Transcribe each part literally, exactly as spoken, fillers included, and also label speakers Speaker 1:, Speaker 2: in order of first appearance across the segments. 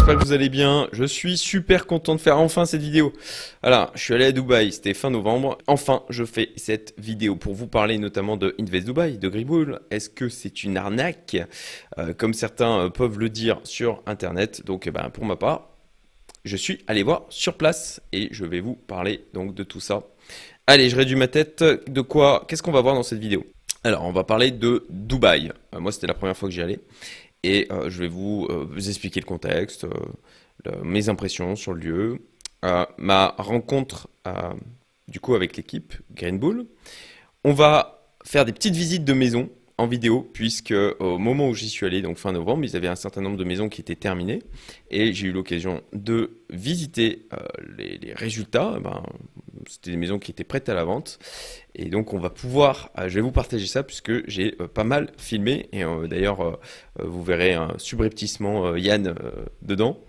Speaker 1: j'espère que vous allez bien. Je suis super content de faire enfin cette vidéo. Voilà, je suis allé à Dubaï, c'était fin novembre. Enfin, je fais cette vidéo pour vous parler notamment de Invest Dubai, de Greenbull. Est-ce que c'est une arnaque, euh, comme certains euh, peuvent le dire sur Internet? Donc, eh ben, pour ma part, je suis allé voir sur place et je vais vous parler donc de tout ça. Allez, je réduis ma tête. De quoi? Qu'est-ce qu'on va voir dans cette vidéo? Alors, on va parler de Dubaï. Euh, moi, c'était la première fois que j'y allais. Et euh, je vais vous, euh, vous expliquer le contexte, euh, le- mes impressions sur le lieu, euh, ma rencontre euh, du coup avec l'équipe Green Bull. On va faire des petites visites de maisons en vidéo, puisque au moment où j'y suis allé, donc fin novembre, ils avaient un certain nombre de maisons qui étaient terminées, et j'ai eu l'occasion de visiter euh, les, les résultats. Eh ben, c'était des maisons qui étaient prêtes à la vente, et donc on va pouvoir, euh, je vais vous partager ça, puisque j'ai euh, pas mal filmé, et euh, d'ailleurs euh, euh, vous verrez un subrepticement euh, Yann euh, dedans.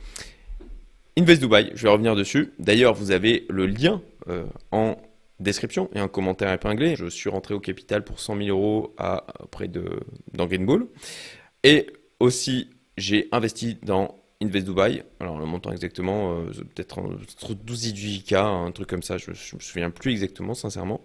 Speaker 1: Invest Dubai, je vais revenir dessus. D'ailleurs, vous avez le lien euh, en description et un commentaire épinglé. Je suis rentré au capital pour cent mille euros à, près de, dans Green Bull. Et aussi, j'ai investi dans Invest Dubai. Alors, le montant exactement, euh, peut-être entre douze et dix-huit K, un truc comme ça. Je ne me souviens plus exactement, sincèrement.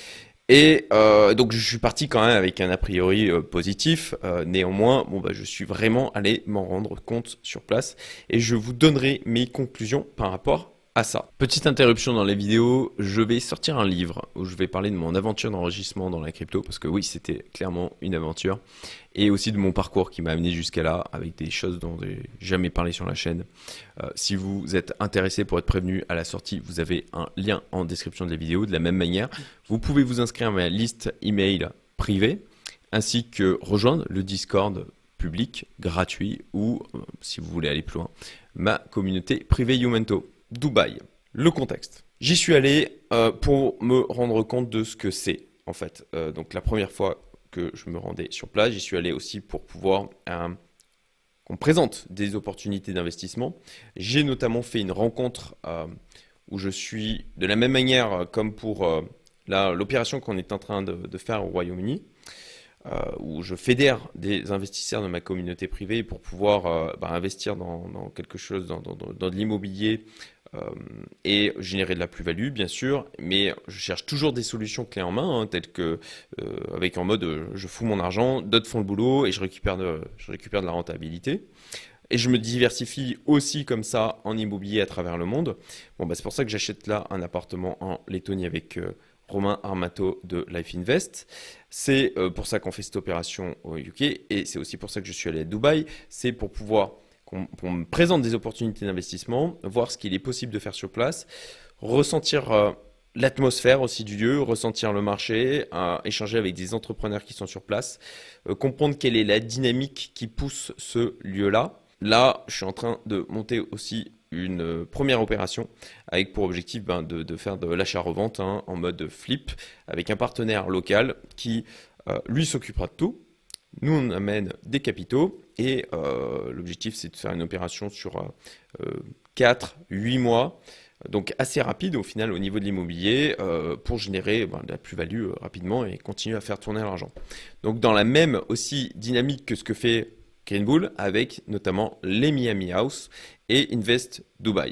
Speaker 1: Et euh, donc je suis parti quand même avec un a priori euh, positif. Euh, néanmoins, bon bah je suis vraiment allé m'en rendre compte sur place et je vous donnerai mes conclusions par rapport à ça. Petite interruption dans la vidéo, je vais sortir un livre où je vais parler de mon aventure d'enrichissement dans la crypto parce que oui, c'était clairement une aventure et aussi de mon parcours qui m'a amené jusqu'à là avec des choses dont j'ai jamais parlé sur la chaîne. Euh, si vous êtes intéressé pour être prévenu à la sortie, vous avez un lien en description de la vidéo. De la même manière, vous pouvez vous inscrire à ma liste email privée ainsi que rejoindre le Discord public gratuit ou, euh, si vous voulez aller plus loin, ma communauté privée Youmento. Dubaï, le contexte. J'y suis allé euh, pour me rendre compte de ce que c'est en fait. Euh, donc la première fois que je me rendais sur place, j'y suis allé aussi pour pouvoir euh, qu'on présente des opportunités d'investissement. J'ai notamment fait une rencontre euh, où je suis de la même manière euh, comme pour euh, la- l'opération qu'on est en train de, de faire au Royaume-Uni, euh, où je fédère des investisseurs de ma communauté privée pour pouvoir euh, bah, investir dans, dans quelque chose, dans, dans- dans- dans de l'immobilier euh, et générer de la plus-value, bien sûr. Mais je cherche toujours des solutions clés en main, hein, telles que euh, avec en mode euh, je fous mon argent, d'autres font le boulot et je récupère de, je récupère de la rentabilité. Et je me diversifie aussi comme ça en immobilier à travers le monde. Bon, bah, c'est pour ça que j'achète là un appartement en Lettonie avec euh, Romain Armato de Life Invest. C'est euh, pour ça qu'on fait cette opération au U K et c'est aussi pour ça que je suis allé à Dubaï. C'est pour pouvoir qu'on qu'on me présente des opportunités d'investissement, voir ce qu'il est possible de faire sur place, ressentir euh, l'atmosphère aussi du lieu, ressentir le marché, euh, échanger avec des entrepreneurs qui sont sur place, euh, comprendre quelle est la dynamique qui pousse ce lieu-là. Là, je suis en train de monter aussi une euh, première opération avec pour objectif ben, de, de faire de l'achat-revente hein, en mode flip avec un partenaire local qui euh, lui s'occupera de tout. Nous, on amène des capitaux et euh, l'objectif, c'est de faire une opération sur euh, quatre huit mois, donc assez rapide au final au niveau de l'immobilier euh, pour générer ben, de la plus-value euh, rapidement et continuer à faire tourner l'argent. Donc dans la même aussi dynamique que ce que fait Green Bull avec notamment les Miami House et Invest Dubai.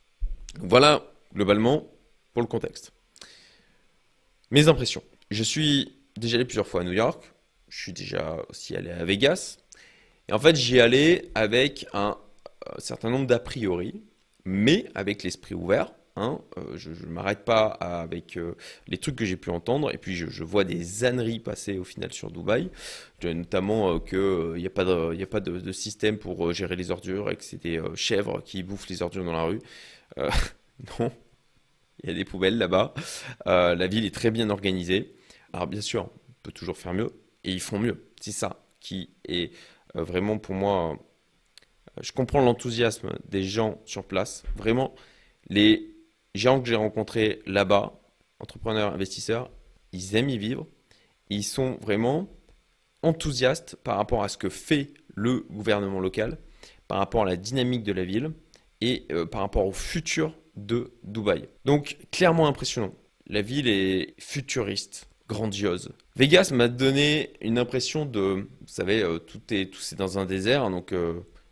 Speaker 1: Voilà globalement pour le contexte. Mes impressions. Je suis déjà allé plusieurs fois à New York. Je suis déjà aussi allé à Vegas. Et en fait, j'y allais avec un, un certain nombre d'a priori, mais avec l'esprit ouvert. Hein. Euh, je ne m'arrête pas à- avec euh, les trucs que j'ai pu entendre. Et puis, je, je vois des âneries passer au final sur Dubaï. Euh, Notamment qu'il n'y a pas, de, y a pas de, de système pour euh, gérer les ordures et que c'est des euh, chèvres qui bouffent les ordures dans la rue. Euh, non, il y a des poubelles là-bas. Euh, la ville est très bien organisée. Alors bien sûr, on peut toujours faire mieux. Et ils font mieux. C'est ça qui est euh, vraiment pour moi. euh, Je comprends l'enthousiasme des gens sur place. Vraiment, les gens que j'ai rencontrés là-bas, entrepreneurs, investisseurs, ils aiment y vivre. Ils sont vraiment enthousiastes par rapport à ce que fait le gouvernement local, par rapport à la dynamique de la ville et euh, par rapport au futur de Dubaï. Donc clairement impressionnant. La ville est futuriste, grandiose. Vegas m'a donné une impression de, vous savez, euh, tout est, tout c'est dans un désert, donc euh,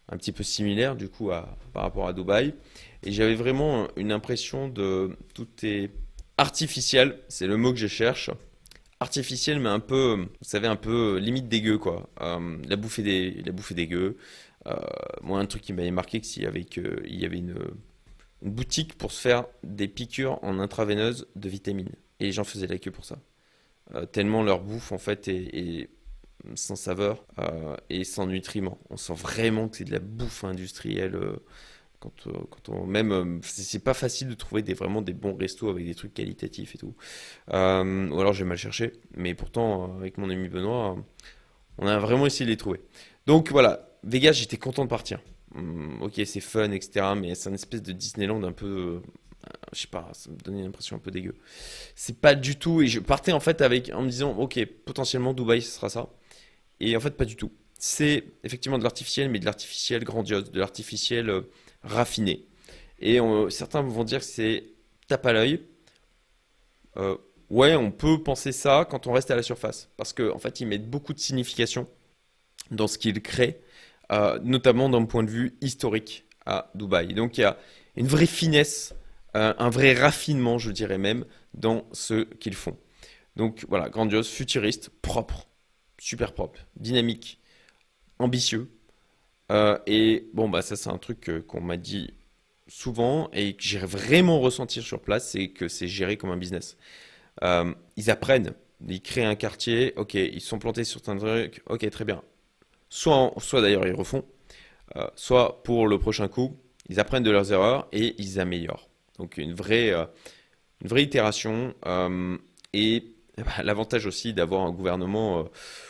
Speaker 1: un petit peu similaire du coup à, par rapport à Dubaï. Et j'avais vraiment une impression de tout est artificiel, c'est le mot que je cherche. Artificiel, mais un peu, vous savez, un peu limite dégueu quoi. Euh, la bouffe est des, la bouffe est dégueu. Euh, moi, un truc qui m'avait marqué, c'est avec, euh, il y avait une, une boutique pour se faire des piqûres en intraveineuse de vitamines. Et les gens faisaient la queue pour ça. Euh, tellement leur bouffe en fait est, est sans saveur euh, et sans nutriments. On sent vraiment que c'est de la bouffe industrielle. euh, quand, euh, quand on, même, euh, c'est c'est pas facile de trouver des, vraiment des bons restos avec des trucs qualitatifs et tout. Euh, ou alors j'ai mal cherché, mais pourtant, euh, avec mon ami Benoît, euh, on a vraiment essayé de les trouver. Donc voilà, Vegas, j'étais content de partir. Hum, ok, c'est fun, et cetera. Mais c'est une espèce de Disneyland un peu, euh, je sais pas, ça me donnait l'impression un peu dégueu. C'est pas du tout. Et je partais en fait avec en me disant, ok, potentiellement Dubaï, ce sera ça. Et en fait, pas du tout. C'est effectivement de l'artificiel, mais de l'artificiel grandiose, de l'artificiel euh, raffiné. Et on- certains vont dire que c'est tape à l'œil. Euh, ouais, on peut penser ça quand on reste à la surface. Parce qu'en en fait, ils mettent beaucoup de signification dans ce qu'ils créent, euh, notamment d'un point de vue historique à Dubaï. Donc il y a une vraie finesse, euh, un vrai raffinement, je dirais même, dans ce qu'ils font. Donc voilà, grandiose, futuriste, propre, super propre, dynamique, ambitieux. Euh, et bon, bah ça c'est un truc euh, qu'on m'a dit souvent et que j'ai vraiment ressenti sur place, c'est que c'est géré comme un business. Euh, ils apprennent, ils créent un quartier, ok, ils sont plantés sur un truc, ok, très bien. Soit, en- soit d'ailleurs ils refont, euh, soit pour le prochain coup, ils apprennent de leurs erreurs et ils améliorent. Donc une vraie, euh, une vraie itération euh, et bah, l'avantage aussi d'avoir un gouvernement euh,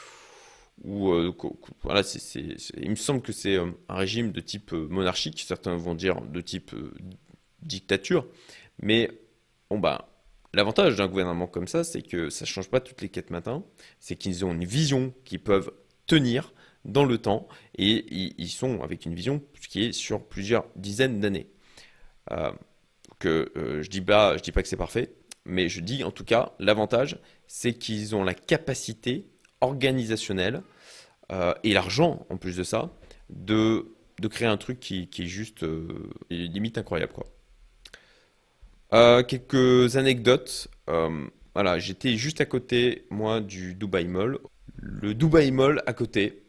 Speaker 1: où, euh, co- co- voilà, c'est, c'est- c'est- il me semble que c'est euh, un régime de type euh, monarchique, certains vont dire de type euh, dictature, mais bon bah l'avantage d'un gouvernement comme ça, c'est que ça change pas toutes les quatre matins, c'est qu'ils ont une vision qu'ils peuvent tenir dans le temps et ils, ils sont avec une vision qui est sur plusieurs dizaines d'années. Euh, que euh, je dis pas, je dis pas que c'est parfait, mais je dis en tout cas l'avantage, c'est qu'ils ont la capacité organisationnelle euh, et l'argent en plus de ça de, de créer un truc qui, qui est juste euh, limite incroyable quoi. Euh, quelques anecdotes. Euh, voilà, j'étais juste à côté moi du Dubai Mall. Le Dubai Mall à côté,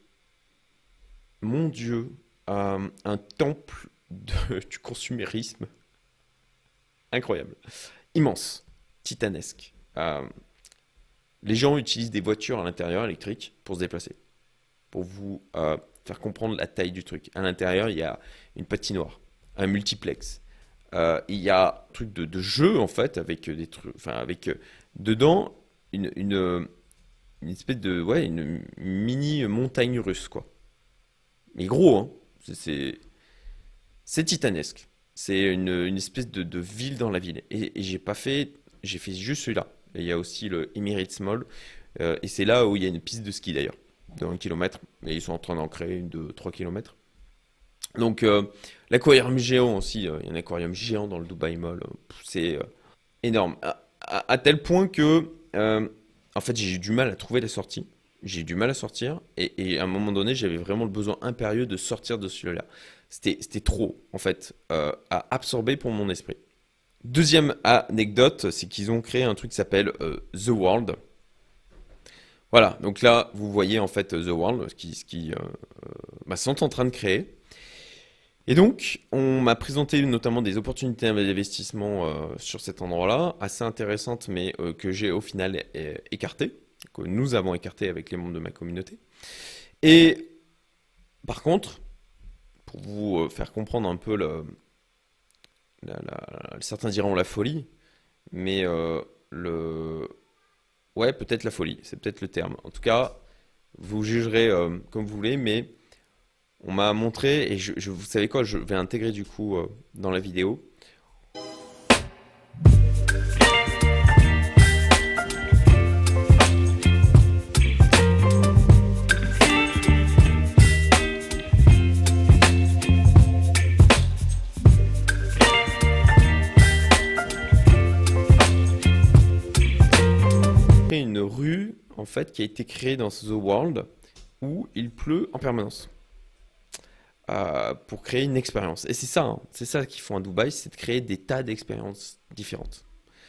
Speaker 1: mon Dieu, euh, un temple de- du consumérisme incroyable, immense, titanesque. Euh, les gens utilisent des voitures à l'intérieur électriques pour se déplacer, pour vous euh, faire comprendre la taille du truc. À l'intérieur, il y a une patinoire, un multiplex. Euh, il y a un truc de, de jeu en fait avec des trucs, enfin avec euh, dedans une, une, euh, une espèce de ouais une mini montagne russe quoi. Mais gros hein, c'est c'est- c'est titanesque. C'est une, une espèce de, de ville dans la ville. Et, et j'ai pas fait, j'ai fait juste celui-là. Et il y a aussi le Emirates Mall. Euh, et c'est là où il y a une piste de ski d'ailleurs, de un kilomètre. Et ils sont en train d'en créer une de trois kilomètres. Donc euh, l'aquarium géant aussi, euh, il y a un aquarium géant dans le Dubai Mall. Euh, C'est euh, énorme. À, à- à tel point que, euh, en fait, j'ai eu du mal à trouver la sortie. J'ai eu du mal à sortir. Et, et à un moment donné, j'avais vraiment le besoin impérieux de sortir de celui-là. C'était, c'était trop, en fait, euh, à absorber pour mon esprit. Deuxième anecdote, c'est qu'ils ont créé un truc qui s'appelle euh, The World. Voilà, donc là, vous voyez en fait The World, ce qui, ce qui euh, bah, sont en train de créer. Et donc, on m'a présenté notamment des opportunités d'investissement euh, sur cet endroit-là, assez intéressantes, mais euh, que j'ai au final euh, écartées, que nous avons écartées avec les membres de ma communauté. Et par contre, pour vous euh, faire comprendre un peu le, la- la- certains diront la folie, mais euh, le, ouais, peut-être la folie, c'est peut-être le terme. En tout cas, vous jugerez euh, comme vous voulez, mais on m'a montré, et je, je- vous savez quoi, je vais intégrer du coup euh, dans la vidéo. Une rue en fait qui a été créée dans The World où il pleut en permanence. euh, pour créer une expérience. Et c'est ça, hein, c'est ça qu'ils font à Dubaï, c'est de créer des tas d'expériences différentes.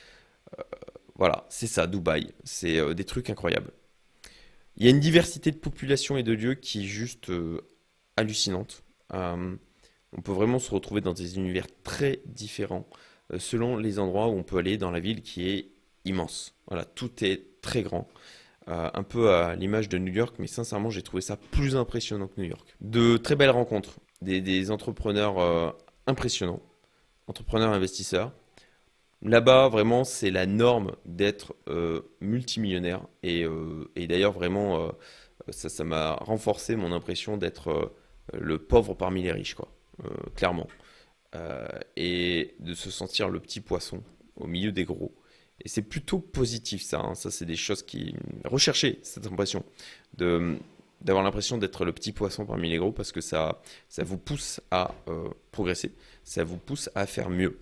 Speaker 1: Voilà, c'est ça, Dubaï. C'est euh, des trucs incroyables. Il y a une diversité de population et de lieux qui est juste euh, hallucinante. Euh, on peut vraiment se retrouver dans des univers très différents euh, selon les endroits où on peut aller dans la ville qui est immense. Voilà, tout est très grand. Euh, un peu à l'image de New York, mais sincèrement, j'ai trouvé ça plus impressionnant que New York. De très belles rencontres, des, des entrepreneurs euh, impressionnants, entrepreneurs investisseurs. Là-bas, vraiment, c'est la norme d'être euh, multimillionnaire. Et, euh, et d'ailleurs, vraiment, euh, ça, ça m'a renforcé mon impression d'être euh, le pauvre parmi les riches, quoi. Euh, clairement. Euh, et de se sentir le petit poisson au milieu des gros. Et c'est plutôt positif, ça, hein. Ça, c'est des choses qui... Recherchez cette impression de d'avoir l'impression d'être le petit poisson parmi les gros parce que ça, ça vous pousse à euh, progresser, ça vous pousse à faire mieux.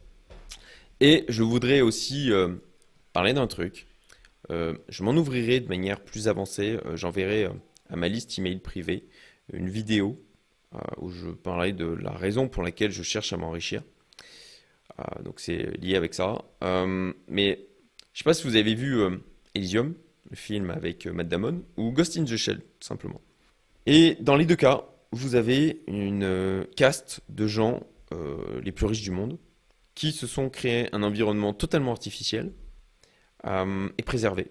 Speaker 1: Et je voudrais aussi euh, parler d'un truc. Euh, je m'en ouvrirai de manière plus avancée. Euh, j'enverrai euh, à ma liste email privée une vidéo euh, où je parlerai de la raison pour laquelle je cherche à m'enrichir. Euh, donc c'est lié avec ça. Euh, mais je sais pas si vous avez vu euh, Elysium, le film avec euh, Matt Damon, ou Ghost in the Shell, tout simplement. Et dans les deux cas, vous avez une euh, caste de gens euh, les plus riches du monde qui se sont créés un environnement totalement artificiel euh, et préservé.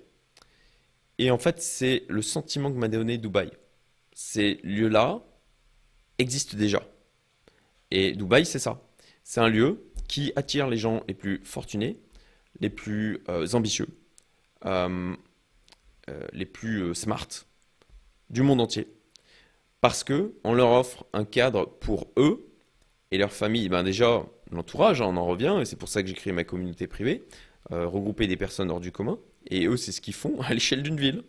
Speaker 1: Et en fait, c'est le sentiment que m'a donné Dubaï. Ces lieux-là existent déjà. Et Dubaï, c'est ça. C'est un lieu qui attire les gens les plus fortunés, les plus euh, ambitieux, euh, euh, les plus euh, smart du monde entier. Parce que on leur offre un cadre pour eux et leur famille. Ben déjà, l'entourage, hein, on en revient, et c'est pour ça que j'ai créé ma communauté privée, euh, regrouper des personnes hors du commun. Et eux, c'est ce qu'ils font à l'échelle d'une ville.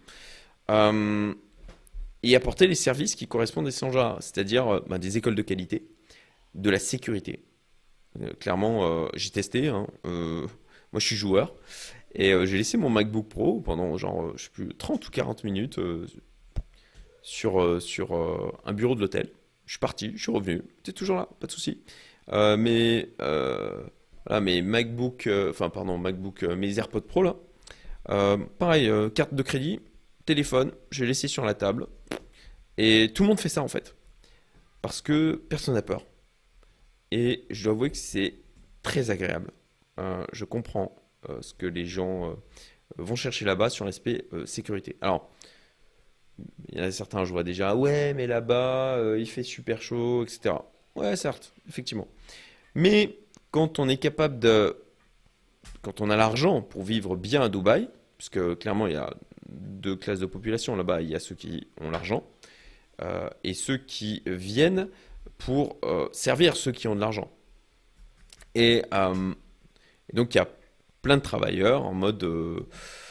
Speaker 1: Euh, et apporter les services qui correspondent à ces gens-là, c'est-à-dire euh, ben, des écoles de qualité, de la sécurité. Euh, clairement, euh, j'ai testé, hein, euh, moi je suis joueur, et euh, j'ai laissé mon MacBook Pro pendant genre, euh, je sais plus, trente ou quarante minutes euh, sur, euh, sur euh, un bureau de l'hôtel. Je suis parti, je suis revenu, c'est toujours là, pas de souci. Euh, mais euh, voilà, mes MacBook, euh, enfin pardon, MacBook, euh, mes AirPods Pro là, euh, pareil, euh, carte de crédit, téléphone, j'ai laissé sur la table. Et tout le monde fait ça en fait, parce que personne n'a peur. Et je dois avouer que c'est très agréable. Euh, je comprends euh, ce que les gens euh, vont chercher là-bas sur l'aspect euh, sécurité. Alors, il y en a certains, je vois déjà, ouais, mais là-bas, euh, il fait super chaud, et cetera. Ouais, certes, effectivement. Mais quand on est capable de, quand on a l'argent pour vivre bien à Dubaï, puisque clairement, il y a deux classes de population là-bas, il y a ceux qui ont l'argent euh, et ceux qui viennent pour euh, servir ceux qui ont de l'argent. Et, euh, et donc, il y a plein de travailleurs en mode euh,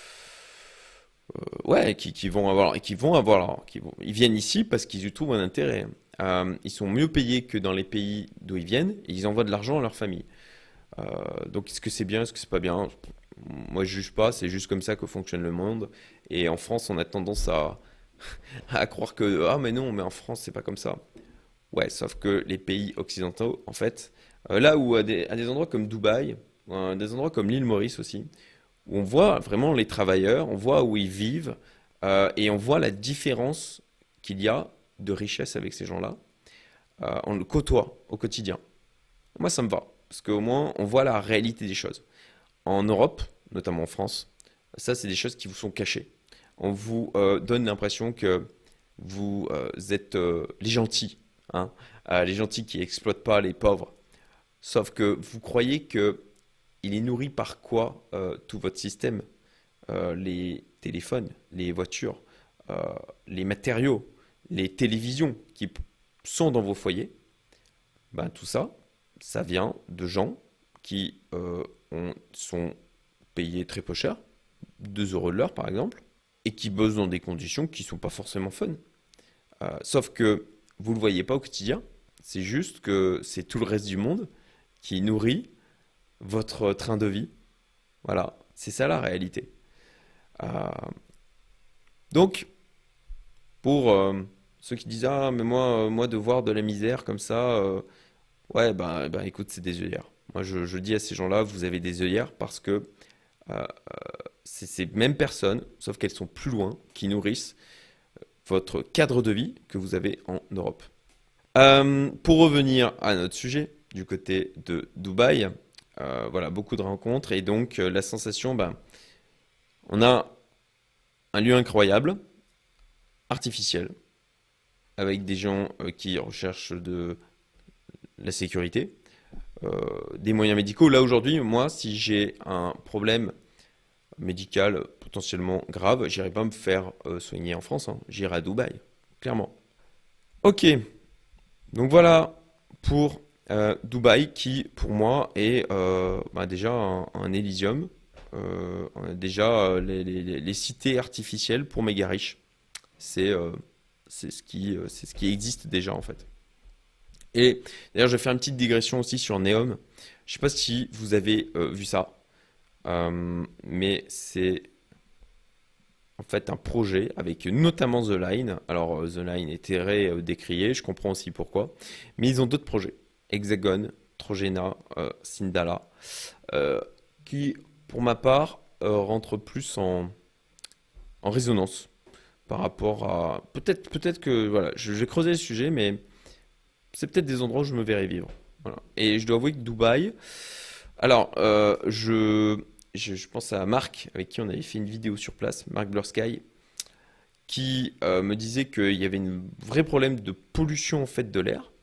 Speaker 1: ouais, qui, qui vont avoir, qui vont avoir, qui vont, ils viennent ici parce qu'ils y trouvent un intérêt. Euh, ils sont mieux payés que dans les pays d'où ils viennent et ils envoient de l'argent à leur famille. Euh, donc, est-ce que c'est bien, est-ce que c'est pas bien? Moi, je juge pas, c'est juste comme ça que fonctionne le monde. Et en France, on a tendance à, à croire que ah mais non, mais en France, c'est pas comme ça. Ouais, sauf que les pays occidentaux, en fait, euh, là où à des, à des endroits comme Dubaï, ou à des endroits comme l'île Maurice aussi, où on voit vraiment les travailleurs, on voit où ils vivent, euh, et on voit la différence qu'il y a de richesse avec ces gens-là. Euh, on le côtoie au quotidien. Moi, ça me va, parce qu'au moins, on voit la réalité des choses. En Europe, notamment en France, ça, c'est des choses qui vous sont cachées. On vous euh, donne l'impression que vous euh, êtes euh, les gentils, hein, euh, les gentils qui exploitent pas les pauvres. Sauf que vous croyez que il est nourri par quoi euh, tout votre système? Euh, les téléphones, les voitures, euh, les matériaux, les télévisions qui p- sont dans vos foyers, ben, tout ça, ça vient de gens qui euh, ont- sont payés très peu cher, deux euros de l'heure par exemple, et qui bossent dans des conditions qui ne sont pas forcément fun. Euh, sauf que vous ne le voyez pas au quotidien, c'est juste que c'est tout le reste du monde qui nourrit votre train de vie. Voilà, c'est ça la réalité. Euh, donc, pour euh, Ceux qui disent ah mais moi, euh, moi de voir de la misère comme ça, euh, ouais bah, bah écoute c'est des œillères. Moi je, je dis à ces gens-là vous avez des œillères parce que euh, c'est ces mêmes personnes, sauf qu'elles sont plus loin, qui nourrissent votre cadre de vie que vous avez en Europe. Euh, pour revenir à notre sujet, du côté de Dubaï, euh, voilà, beaucoup de rencontres et donc euh, la sensation, ben, on a un lieu incroyable, artificiel, avec des gens euh, qui recherchent de la sécurité, euh, des moyens médicaux. Là aujourd'hui, moi, si j'ai un problème médical potentiellement grave, j'irai pas me faire euh, soigner en France, hein. J'irai à Dubaï, clairement. Ok, donc voilà pour euh, Dubaï qui, pour moi, est euh, bah, déjà un, un Elysium. Euh, on a déjà euh, les, les- les cités artificielles pour méga riches. C'est euh, c'est ce qui, euh, c'est ce qui existe déjà en fait. Et d'ailleurs, je vais faire une petite digression aussi sur Neom. Je sais pas si vous avez euh, vu ça, euh, mais c'est en fait un projet avec notamment The Line. Alors euh, The Line est très euh, décrié, je comprends aussi pourquoi, mais ils ont d'autres projets. Hexagon, Trojena, euh, Sindala, euh, qui pour ma part euh, rentrent plus en, en résonance par rapport à... Peut-être peut-être que voilà, je, je vais creuser le sujet, mais c'est peut-être des endroits où je me verrais vivre. Voilà. Et je dois avouer que Dubaï, alors euh, je, je, je pense à Marc, avec qui on avait fait une vidéo sur place, Marc Blur Sky, qui euh, me disait qu'il y avait un vrai problème de pollution en fait de l'air.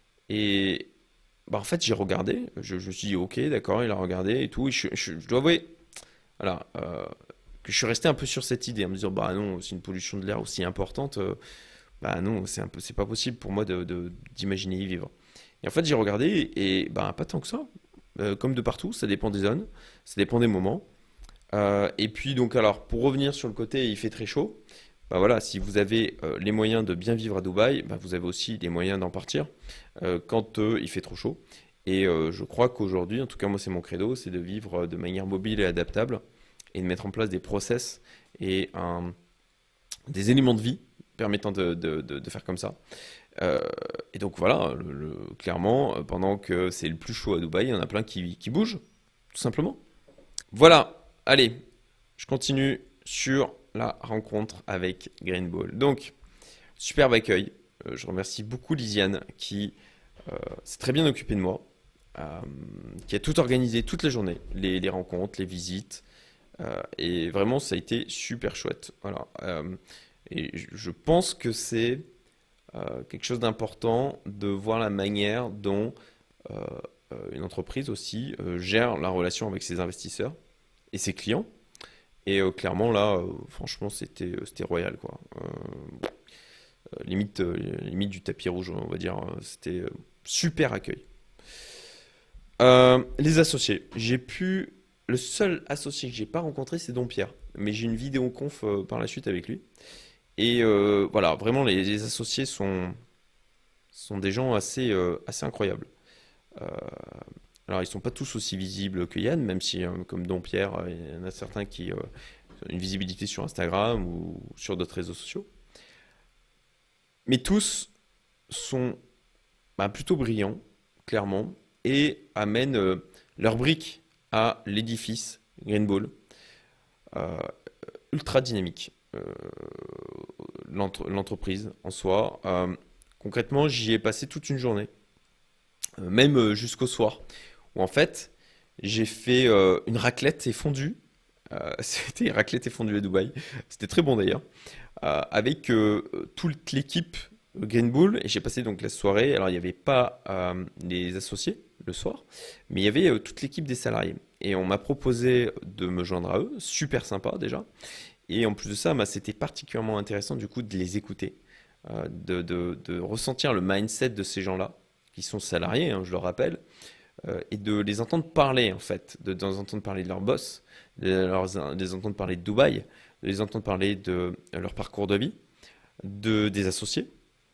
Speaker 1: Et bah, en fait, j'ai regardé, je, je me suis dit, ok, d'accord, il a regardé et tout. Et je, je- je dois avouer, voilà, euh, que je suis resté un peu sur cette idée, en me disant, bah non, c'est une pollution de l'air aussi importante, euh, bah non, c'est un peu, c'est pas possible pour moi de, de- d'imaginer y vivre. Et en fait, j'ai regardé et bah pas tant que ça. Euh, comme de partout, ça dépend des zones, ça dépend des moments. Euh, et puis donc alors pour revenir sur le côté il fait très chaud, bah voilà, si vous avez euh, les moyens de bien vivre à Dubaï, bah vous avez aussi les moyens d'en partir euh, quand euh, il fait trop chaud. Et euh, je crois qu'aujourd'hui, en tout cas moi c'est mon credo, c'est de vivre euh, de manière mobile et adaptable et de mettre en place des process et un- des éléments de vie permettant de, de- de- de faire comme ça. Euh, et donc voilà, le- le- clairement, euh, pendant que c'est le plus chaud à Dubaï, il y en a plein qui, qui bougent, tout simplement. Voilà, allez, je continue sur la rencontre avec Green Ball. Donc, superbe accueil. Euh, je remercie beaucoup Lisiane qui euh, s'est très bien occupée de moi, euh, qui a tout organisé toute la journée, les, les rencontres, les visites. Euh, et vraiment, ça a été super chouette. Voilà. Euh, et je je pense que c'est euh, quelque chose d'important de voir la manière dont euh, euh, une entreprise aussi euh, gère la relation avec ses investisseurs et ses clients. Et euh, clairement, là, euh, franchement, c'était euh, c'était royal, quoi. Euh, euh, limite, euh, limite du tapis rouge, on va dire. euh, C'était euh, super accueil. Euh, les associés. J'ai pu. Le seul associé que j'ai pas rencontré, c'est Don Pierre. Mais j'ai une vidéo conf euh, par la suite avec lui. Et euh, voilà, vraiment, les, les associés sont, sont des gens assez, euh, assez incroyables. Euh, alors, ils sont pas tous aussi visibles que Yann, même si, euh, comme Don Pierre, euh, il y en a certains qui, euh, une visibilité sur Instagram ou sur d'autres réseaux sociaux. Mais tous sont bah, plutôt brillants, clairement, et amènent euh, leur brique à l'édifice Green Ball, euh, ultra dynamique. Euh, l'entre- L'entreprise en soi. Euh, concrètement, j'y ai passé toute une journée, euh, même euh, jusqu'au soir, où en fait, j'ai fait euh, une raclette et fondue. Euh, C'était une raclette et fondue à Dubaï. C'était très bon d'ailleurs. Euh, avec euh, toute l'équipe Green Bull et j'ai passé donc la soirée. Alors il n'y avait pas euh, les associés le soir, mais il y avait euh, toute l'équipe des salariés. Et on m'a proposé de me joindre à eux, super sympa déjà. Et en plus de ça, bah, c'était particulièrement intéressant du coup de les écouter, euh, de, de- de ressentir le mindset de ces gens-là, qui sont salariés, hein, je le rappelle, euh, et de les entendre parler en fait, de, de les entendre parler de leur boss, de, leurs- de les entendre parler de Dubaï, de les entendre parler de euh, leur parcours de vie, de, des associés.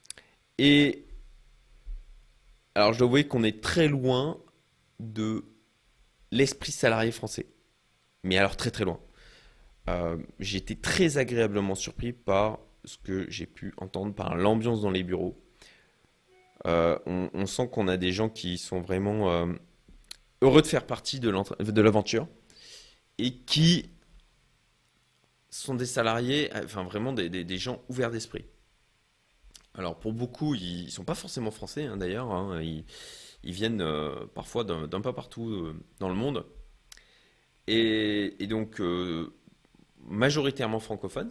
Speaker 1: Et alors je dois avouer qu'on est très loin de l'esprit salarié français, mais alors très très loin. Euh, j'ai été très agréablement surpris par ce que j'ai pu entendre par l'ambiance dans les bureaux. Euh, on, on sent qu'on a des gens qui sont vraiment euh, heureux de faire partie de l'aventure et qui sont des salariés, enfin vraiment des, des, des gens ouverts d'esprit. Alors pour beaucoup, ils ne sont pas forcément français hein, d'ailleurs, hein, ils, ils viennent euh, parfois d'un peu partout euh, dans le monde et, et donc euh, majoritairement francophones.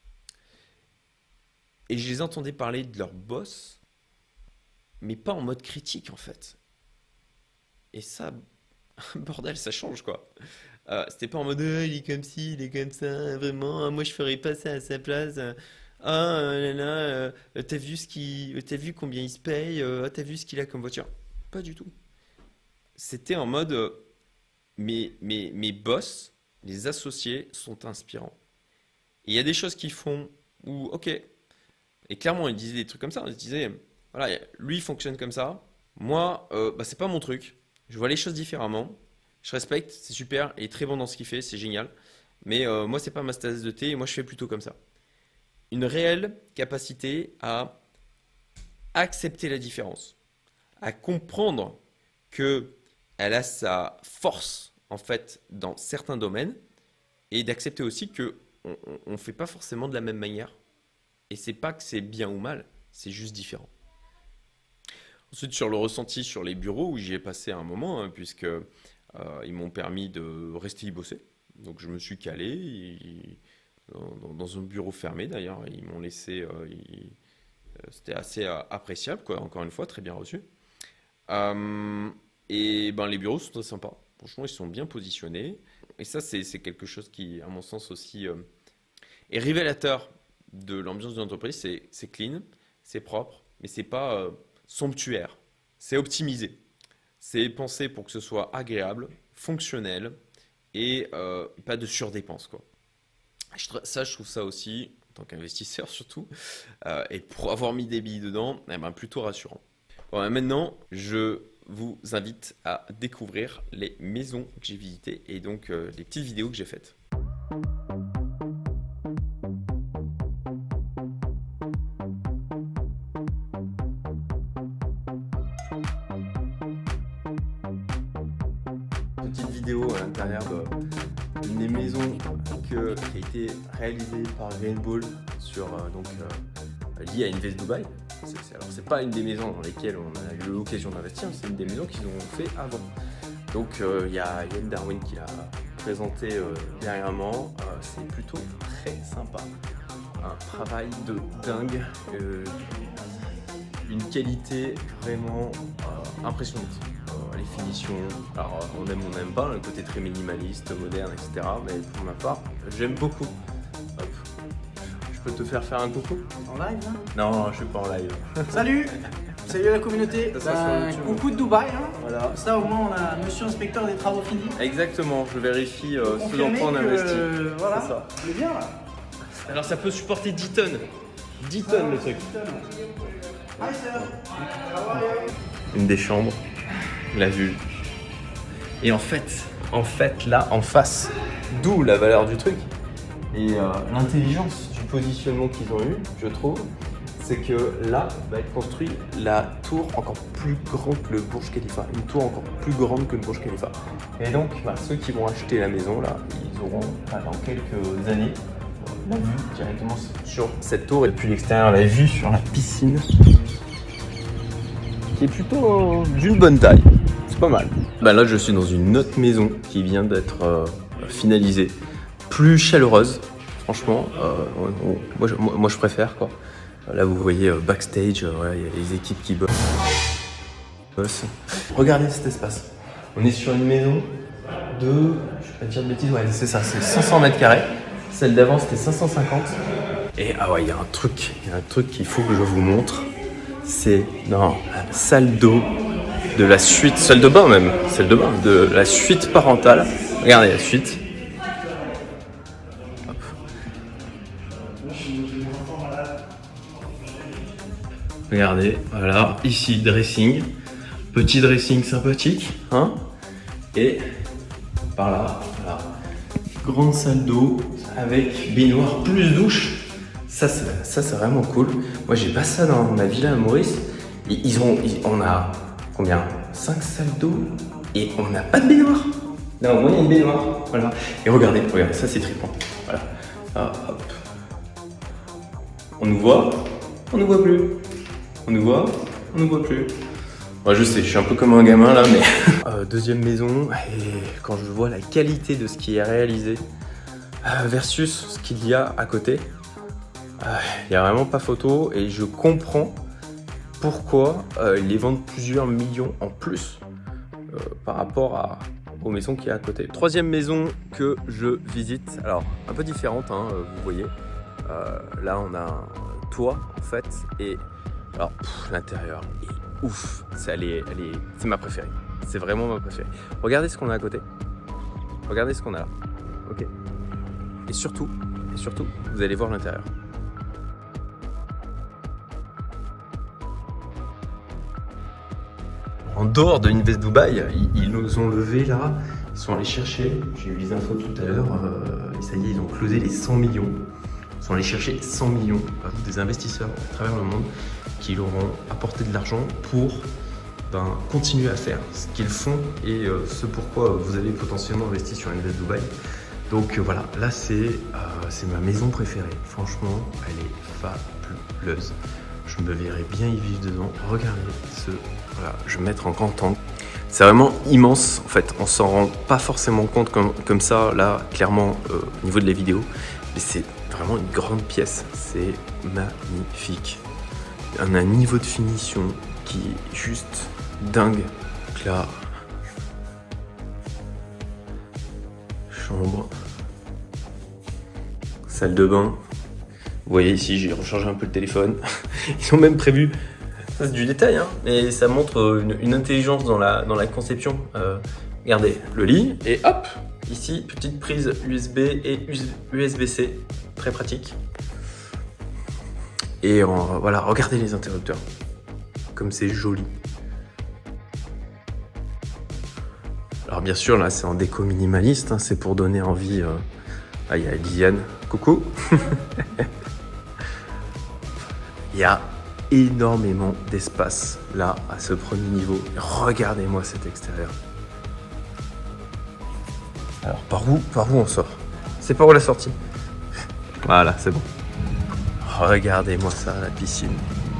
Speaker 1: Et je les entendais parler de leur boss, mais pas en mode critique en fait. Et ça, bordel, ça change quoi. Euh, c'était pas en mode oh, il est comme ci, il est comme ça, vraiment, moi je ferais pas ça à sa place. Ah là là, euh, t'as vu ce qui, t'as vu combien il se paye, euh, t'as vu ce qu'il a comme voiture. Pas du tout. C'était en mode euh, mes, mes, mes boss, les associés sont inspirants. Et il y a des choses qu'ils font où, ok, et clairement ils disaient des trucs comme ça, ils disaient, voilà, lui il fonctionne comme ça, moi euh, bah, c'est pas mon truc, je vois les choses différemment. Je respecte, c'est super, il est très bon dans ce qu'il fait, c'est génial. Mais euh, moi, c'est pas ma tasse de thé, et moi, je fais plutôt comme ça. Une réelle capacité à accepter la différence, à comprendre qu'elle a sa force, en fait, dans certains domaines, et d'accepter aussi qu'on ne fait pas forcément de la même manière. Et c'est pas que c'est bien ou mal, c'est juste différent. Ensuite, sur le ressenti sur les bureaux, où j'y ai passé un moment, hein, puisque... Euh, ils m'ont permis de rester y bosser. Donc je me suis calé et, dans, dans un bureau fermé d'ailleurs. Ils m'ont laissé. Euh, ils, c'était assez euh, appréciable, quoi. Encore une fois, très bien reçu. Euh, et ben, les bureaux sont très sympas. Franchement, ils sont bien positionnés. Et ça, c'est, c'est quelque chose qui, à mon sens, aussi euh, est révélateur de l'ambiance de l'entreprise. C'est, c'est clean, c'est propre, mais c'est pas euh, somptuaire. C'est optimisé. C'est pensé pour que ce soit agréable, fonctionnel et euh, pas de surdépense, quoi. Je, ça, je trouve ça aussi, en tant qu'investisseur surtout, euh, et pour avoir mis des billes dedans, eh ben, plutôt rassurant. Bon, ben, maintenant, je vous invite à découvrir les maisons que j'ai visitées et donc euh, les petites vidéos que j'ai faites. Petite vidéo à l'intérieur d'une des maisons que, qui a été réalisée par Greenbull sur euh, donc euh, liée à Invest Dubai. C'est, c'est, alors c'est pas une des maisons dans lesquelles on a eu l'occasion d'investir, c'est une des maisons qu'ils ont fait avant. Donc il euh, y a Yann Darwin qui l'a présenté euh, dernièrement. Euh, c'est plutôt très sympa. Un travail de dingue, euh, une qualité vraiment euh, impressionnante. Les finitions, alors on aime ou on n'aime pas, le côté très minimaliste, moderne, et cetera. Mais pour ma part, j'aime beaucoup. Hop. Je peux te faire faire un coucou?
Speaker 2: En live là?
Speaker 1: Non, je suis pas en live.
Speaker 2: Salut! Salut à la communauté! Bah, coucou de Dubaï, hein.
Speaker 1: Voilà.
Speaker 2: Comme ça au moins on a monsieur inspecteur des travaux finis.
Speaker 1: Quoi je vérifie euh, ce dont on investit.
Speaker 2: Euh, voilà,
Speaker 1: c'est ça.
Speaker 2: On est bien là.
Speaker 1: Alors ça peut supporter dix tonnes. dix tonnes le truc.
Speaker 2: Hi sir! How are you?
Speaker 1: Une des chambres. La vue. Et en fait, en fait, là, en face, d'où la valeur du truc et euh, l'intelligence du positionnement qu'ils ont eu, je trouve, c'est que là va être construit la tour encore plus grande que le Burj Khalifa, une tour encore plus grande que le Burj Khalifa. Et donc, bah, ceux qui vont acheter la maison là, ils auront bah, dans quelques années la vue directement sur cette tour et depuis l'extérieur la vue sur la piscine, qui est plutôt euh, d'une bonne taille. C'est pas mal. Bah là, je suis dans une autre maison qui vient d'être euh, finalisée, plus chaleureuse. Franchement, euh, on, on, moi, je, moi, moi je préfère quoi. Là, vous voyez euh, backstage, euh, ouais, il y a les équipes qui bossent. Regardez cet espace. On est sur une maison de, je vais pas dire de bêtises, ouais, c'est ça, c'est cinq cents mètres carrés. Celle d'avant, c'était cinq cent cinquante. Et ah ouais, il y a un truc, il y a un truc qu'il faut que je vous montre. C'est dans la salle d'eau de la suite, salle de bain même, salle de bain, de la suite parentale. Regardez la suite. Hop. Regardez, voilà, ici dressing, petit dressing sympathique, hein. Et par là, voilà, grande salle d'eau avec baignoire plus douche. Ça, c'est, ça, c'est vraiment cool. Moi, j'ai pas ça dans ma villa à Maurice. Et ils ont, ils, on a combien? cinq salles d'eau et on n'a pas de baignoire. Là, au moins, il y a une baignoire. Voilà. Et regardez, regardez, ça, c'est trippant. Voilà. Ah, hop. On nous voit, on nous voit plus. On nous voit, on nous voit plus. Moi, je sais, je suis un peu comme un gamin là, mais. euh, deuxième maison, et quand je vois la qualité de ce qui est réalisé euh, versus ce qu'il y a à côté, il euh, n'y a vraiment pas photo et je comprends pourquoi euh, ils les vendent plusieurs millions en plus euh, par rapport à, aux maisons qu'il y a à côté. Troisième maison que je visite, alors un peu différente, hein, vous voyez. Euh, là, on a un toit en fait, et alors l'intérieur est ouf. C'est, elle est, elle est, c'est ma préférée. C'est vraiment ma préférée. Regardez ce qu'on a à côté. Regardez ce qu'on a là. Ok. Et surtout, et surtout, vous allez voir l'intérieur. En dehors de Invest Dubai, ils, ils nous ont levé là, ils sont allés chercher, j'ai eu les infos tout à l'heure, euh, et ça y est, ils ont closé les cent millions. Ils sont allés chercher cent millions euh, des investisseurs à travers le monde qui leur ont apporté de l'argent pour ben, continuer à faire ce qu'ils font et euh, ce pourquoi vous avez potentiellement investi sur Invest Dubai. Donc euh, voilà, là c'est euh, c'est ma maison préférée. Franchement, elle est fabuleuse. Je me verrais bien y vivre dedans. Regardez ce... Voilà, je vais mettre en grand angle. C'est vraiment immense, en fait. On s'en rend pas forcément compte comme, comme ça, là, clairement, euh, au niveau de la vidéo. Mais c'est vraiment une grande pièce. C'est magnifique. On a un niveau de finition qui est juste dingue. Donc là... Chambre. Salle de bain. Vous voyez ici, j'ai rechargé un peu le téléphone. Ils ont même prévu, ça c'est du détail, hein, mais ça montre une, une intelligence dans la, dans la conception. Euh, regardez, le lit, et hop, ici, petite prise U S B et U S B C, très pratique. Et en, voilà, regardez les interrupteurs, comme c'est joli. Alors bien sûr, là c'est en déco minimaliste, hein, c'est pour donner envie... Euh... Ah, il y a Liliane, coucou. Il y a énormément d'espace là à ce premier niveau. Regardez-moi cet extérieur. Alors par où, par où on sort? C'est par où la sortie? Voilà, c'est bon. Regardez-moi ça, la piscine.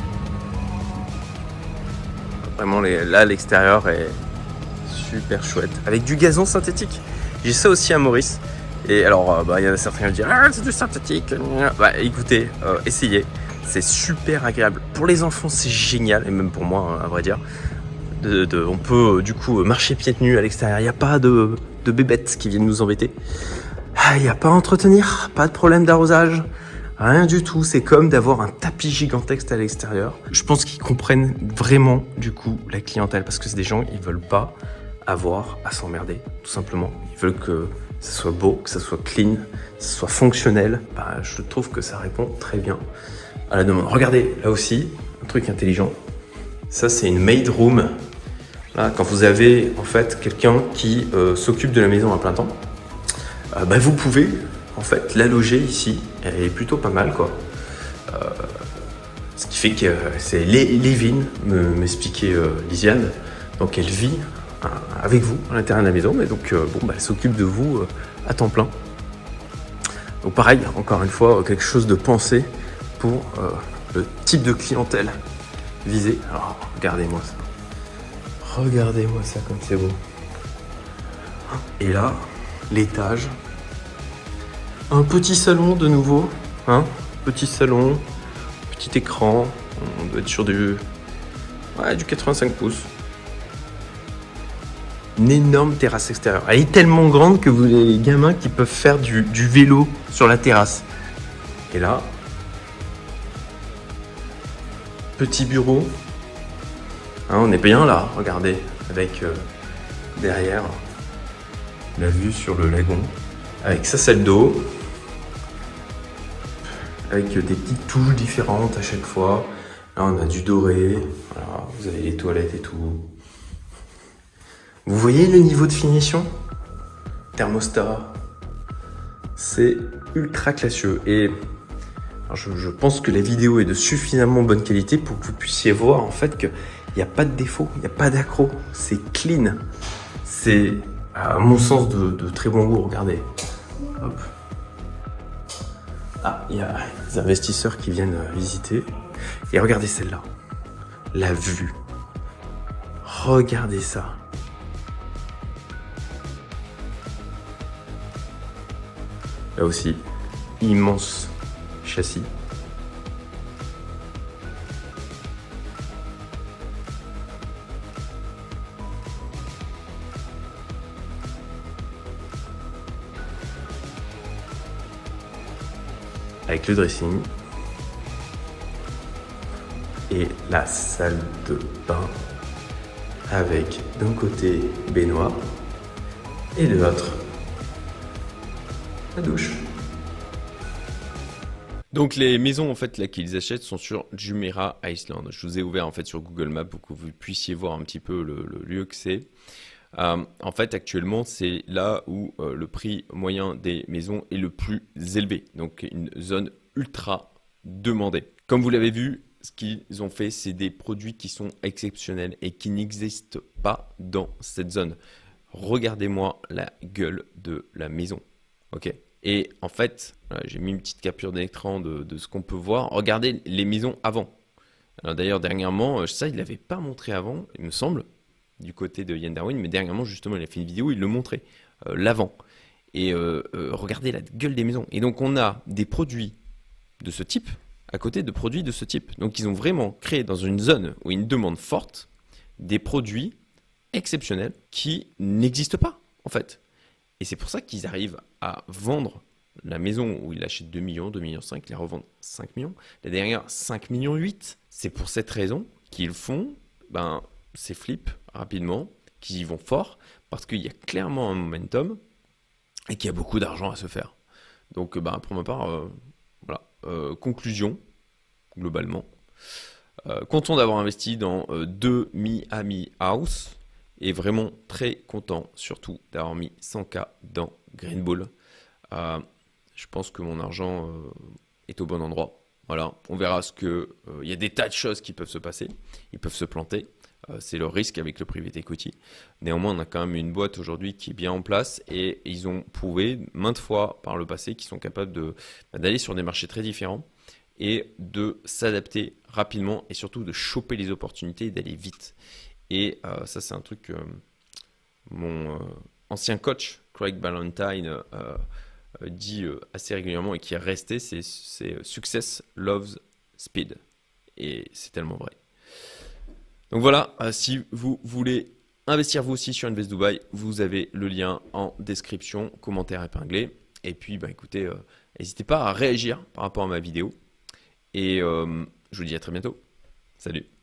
Speaker 1: Vraiment, les, là l'extérieur est super chouette. Avec du gazon synthétique. J'ai ça aussi à Maurice. Et alors, bah, il y en a certains qui vont dire ah, c'est du synthétique. Bah écoutez, euh, essayez. C'est super agréable. Pour les enfants, c'est génial. Et même pour moi, à vrai dire. De, de, on peut du coup marcher pieds nus à l'extérieur. Il n'y a pas de, de bébêtes qui viennent nous embêter. Il n'y a pas à entretenir. Pas de problème d'arrosage. Rien du tout. C'est comme d'avoir un tapis gigantesque à l'extérieur. Je pense qu'ils comprennent vraiment du coup la clientèle. Parce que c'est des gens, ils veulent pas avoir à s'emmerder. Tout simplement. Ils veulent que ça soit beau, que ça soit clean, que ça soit fonctionnel. Bah, je trouve que ça répond très bien à la demande. Regardez, là aussi, un truc intelligent. Ça, c'est une maid room. Là, quand vous avez en fait quelqu'un qui euh, s'occupe de la maison à plein temps, euh, bah, vous pouvez en fait la loger ici. Elle est plutôt pas mal, quoi. Euh, ce qui fait que euh, c'est Lévin, m'expliquait euh, Lisiane. Donc, elle vit euh, avec vous à l'intérieur de la maison, mais donc euh, bon, bah, elle s'occupe de vous euh, à temps plein. Donc, pareil, encore une fois, quelque chose de pensé pour euh, le type de clientèle visée. Alors, regardez-moi ça. Regardez-moi ça comme c'est beau. Et là, l'étage. Un petit salon de nouveau. Hein, petit salon, petit écran. On doit être sur du, ouais, du quatre-vingt-cinq pouces. Une énorme terrasse extérieure. Elle est tellement grande que vous avez les gamins qui peuvent faire du, du vélo sur la terrasse. Et là, petit bureau. Hein, on est bien là, regardez, avec euh, derrière la vue sur le lagon, avec sa salle d'eau, avec des petites touches différentes à chaque fois. Là, on a du doré, voilà, vous avez les toilettes et tout. Vous voyez le niveau de finition? Thermostat, c'est ultra classieux. Et Alors je, je pense que la vidéo est de suffisamment bonne qualité pour que vous puissiez voir en fait qu'il n'y a pas de défaut, il n'y a pas d'accro, c'est clean. C'est à mon sens de, de très bon goût, regardez. Hop. Ah, il y a des investisseurs qui viennent visiter. Et regardez celle-là, la vue. Regardez ça. Là aussi, immense châssis. Avec le dressing. Et la salle de bain avec d'un côté baignoire et de l'autre la douche. Donc les maisons en fait là qu'ils achètent sont sur Jumeirah Island. Je vous ai ouvert en fait sur Google Maps pour que vous puissiez voir un petit peu le, le lieu que c'est. Euh, en fait actuellement c'est là où euh, le prix moyen des maisons est le plus élevé. Donc une zone ultra demandée. Comme vous l'avez vu, ce qu'ils ont fait c'est des produits qui sont exceptionnels et qui n'existent pas dans cette zone. Regardez-moi la gueule de la maison. Ok. Et en fait, voilà, j'ai mis une petite capture d'écran de, de ce qu'on peut voir. Regardez les maisons avant. Alors d'ailleurs, dernièrement, ça, il ne l'avait pas montré avant, il me semble, du côté de Ian Darwin. Mais dernièrement, justement, il a fait une vidéo, il le montrait, euh, l'avant. Et euh, euh, regardez la gueule des maisons. Et donc, on a des produits de ce type à côté de produits de ce type. Donc, ils ont vraiment créé dans une zone où il y a une demande forte des produits exceptionnels qui n'existent pas, en fait. Et c'est pour ça qu'ils arrivent à vendre la maison où ils achètent deux millions, deux millions cinq, ils la revendent cinq millions. La dernière, cinq millions huit. C'est pour cette raison qu'ils font ben, ces flips rapidement, qu'ils y vont fort, parce qu'il y a clairement un momentum et qu'il y a beaucoup d'argent à se faire. Donc ben, pour ma part, euh, voilà. Euh, conclusion, globalement. Euh, content d'avoir investi dans euh, deux Miami House. Et vraiment très content, surtout d'avoir mis cent K dans Green Bull. Euh, je pense que mon argent euh, est au bon endroit. Voilà, on verra ce que. Il euh, y a des tas de choses qui peuvent se passer. Ils peuvent se planter. Euh, c'est le risque avec le private equity. Néanmoins, on a quand même une boîte aujourd'hui qui est bien en place et ils ont prouvé maintes fois par le passé qu'ils sont capables de, d'aller sur des marchés très différents et de s'adapter rapidement et surtout de choper les opportunités et d'aller vite. Et euh, ça, c'est un truc que mon euh, ancien coach, Craig Ballantyne, euh, euh, dit euh, assez régulièrement et qui est resté, c'est, c'est Success loves speed. Et c'est tellement vrai. Donc voilà, euh, si vous voulez investir vous aussi sur Invest Dubai, vous avez le lien en description, commentaire épinglé. Et puis, bah, écoutez, euh, n'hésitez pas à réagir par rapport à ma vidéo. Et euh, je vous dis à très bientôt. Salut!